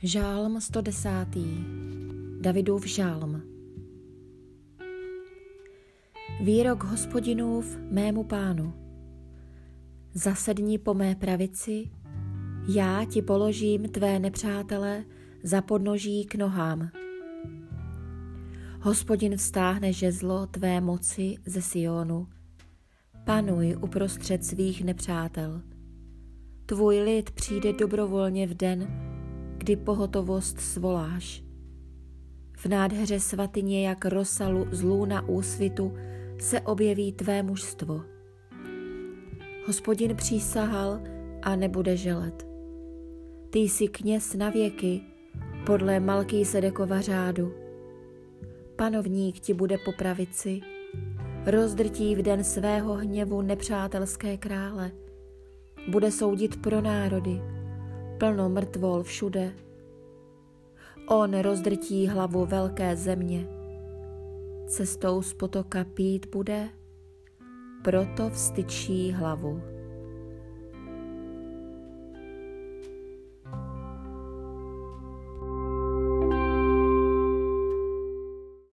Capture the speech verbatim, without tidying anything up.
Žálm sto deset. Davidův žálm. Výrok Hospodinův mému pánu. Zasedni po mé pravici, já ti položím tvé nepřátele za podnoží k nohám. Hospodin vztáhne žezlo tvé moci ze Sionu. Panuj uprostřed svých nepřátel. Tvůj lid přijde dobrovolně v den, kdy pohotovost svoláš. V nádheře svatyně jak rosa z lůna úsvitu se objeví tvé mužstvo. Hospodin přísahal a nebude želet. Ty jsi kněz na věky podle Malkýsedekova řádu. Panovník ti bude po pravici, rozdrtí v den svého hněvu nepřátelské krále. Bude soudit pro národy, plno mrtvol všude. On rozdrtí hlavu velké země. Cestou z potoka pít bude, proto vztyčí hlavu.